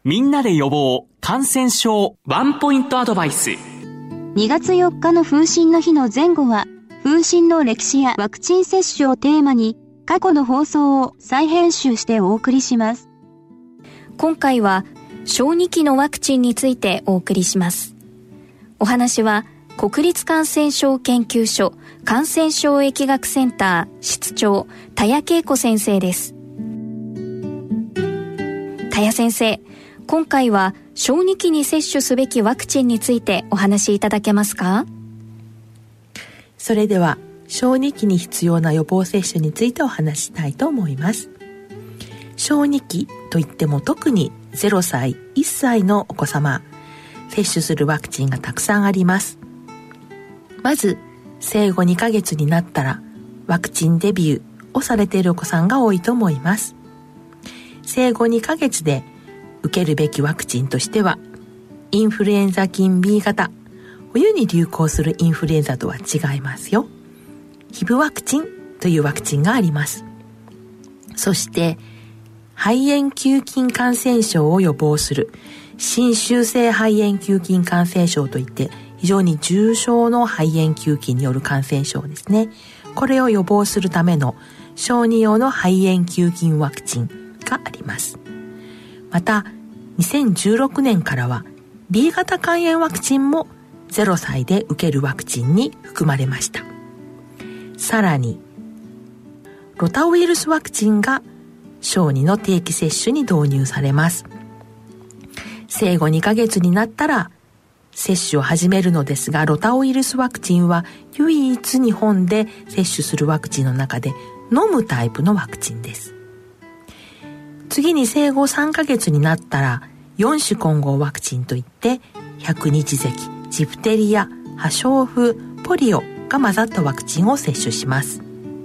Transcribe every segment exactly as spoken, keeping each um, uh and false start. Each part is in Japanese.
みんなで予防感染症ワンポイントアドバイス。 にがつよっかの風疹の日の前後は、風疹の歴史やワクチン接種をテーマに、過去の放送を再編集してお送りします。 今回は小児期のワクチンについてお送りします。お話は国立感染症研究所感染症疫学センター室長田谷恵子先生です。田谷先生、今回は小児期に接種すべきワクチンについてお話しいただけますか？ それでは小児期に必要な予防接種についてお話したいと思います。小児期といっても特にゼロさい、いっさいのお子様、接種するワクチンがたくさんあります。まず生後にかげつになったらワクチンデビューをされているお子さんが多いと思います。生後にかげつで受けるべきワクチンとしては、インフルエンザ菌 ビー 型、冬に流行するインフルエンザとは違いますよ。ヒブワクチンというワクチンがあります。そして肺炎球菌感染症を予防する侵襲性肺炎球菌感染症といって、非常に重症の肺炎球菌による感染症ですね。これを予防するための小児用の肺炎球菌ワクチンがあります。またにせんじゅうろくねんからは ビー 型肝炎ワクチンもゼロさいで受けるワクチンに含まれました。さらにロタウイルスワクチンが小児の定期接種に導入されます。生後にかげつになったら接種を始めるのですが、ロタウイルスワクチンは唯一日本で接種するワクチンの中で飲むタイプのワクチンです。次に生後さんかげつになったらよん種混合ワクチンといって、百日咳、ジプテリア、破傷風、ポリオが混ざったワクチンを接種します。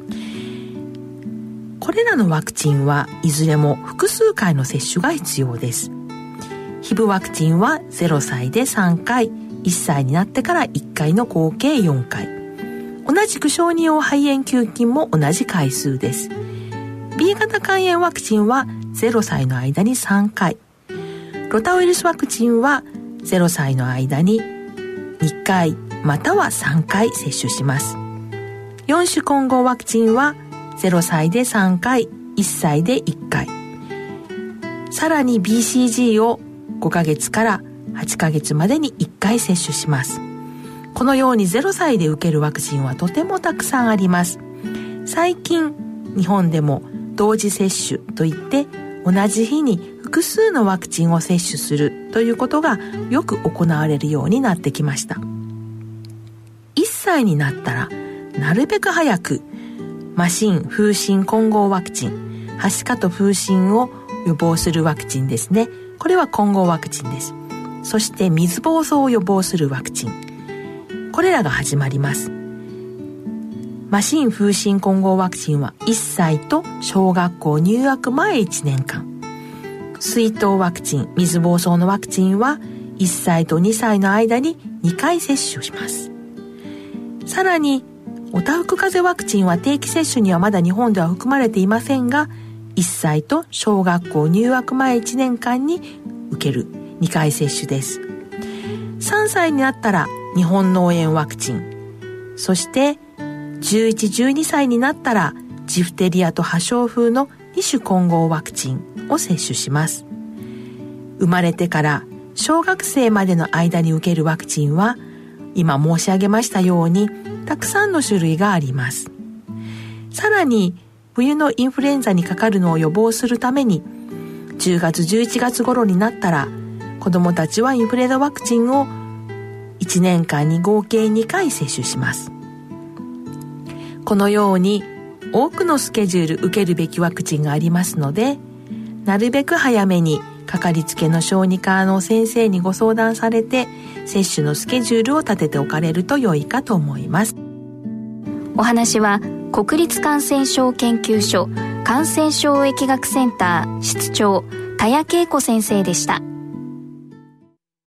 これらのワクチンはいずれも複数回の接種が必要です。ヒブワクチンはゼロさいでさんかい、いっさいになってからいっかいの合計よんかい。同じく小児用肺炎球菌も同じ回数です。ビー 型肝炎ワクチンはゼロさいの間にさんかい。ロタウイルスワクチンはゼロさいの間ににかいまたはさんかい接種します。よん種混合ワクチンはゼロさいでさんかい、いっさいでいっかい。さらに ビーシージー をごかげつからはちかげつまでにいっかい接種します。このようにゼロさいで受けるワクチンはとてもたくさんあります。最近日本でも同時接種といって同じ日に複数のワクチンを接種するということがよく行われるようになってきました。いっさいになったらなるべく早く麻疹、風疹混合ワクチン、はしかと風疹を予防するワクチンですね。これは混合ワクチンです。そして水疱瘡を予防するワクチン、これらが始まります。麻疹、風疹混合ワクチンはいっさいと小学校入学前いちねんかん。水痘ワクチン、水疱瘡のワクチンはいっさいとにさいの間ににかい接種します。さらにおたふく風邪ワクチンは定期接種にはまだ日本では含まれていませんが、いっさいと小学校入学前いちねんかんに受けるにかい接種です。さんさいになったら日本脳炎ワクチン、そしてじゅういち、じゅうにさいになったらジフテリアと破傷風のに種混合ワクチンを接種します。生まれてから小学生までの間に受けるワクチンは今申し上げましたようにたくさんの種類があります。さらに冬のインフルエンザにかかるのを予防するためにじゅうがつじゅういちがつ頃になったら子どもたちはインフルエンザワクチンをいちねんかんに合計にかい接種します。このように多くのスケジュール受けるべきワクチンがありますので、なるべく早めにかかりつけの小児科の先生にご相談されて接種のスケジュールを立てておかれると良いかと思います。 お話は国立感染症研究所感染症疫学センター室長田谷恵子先生でした。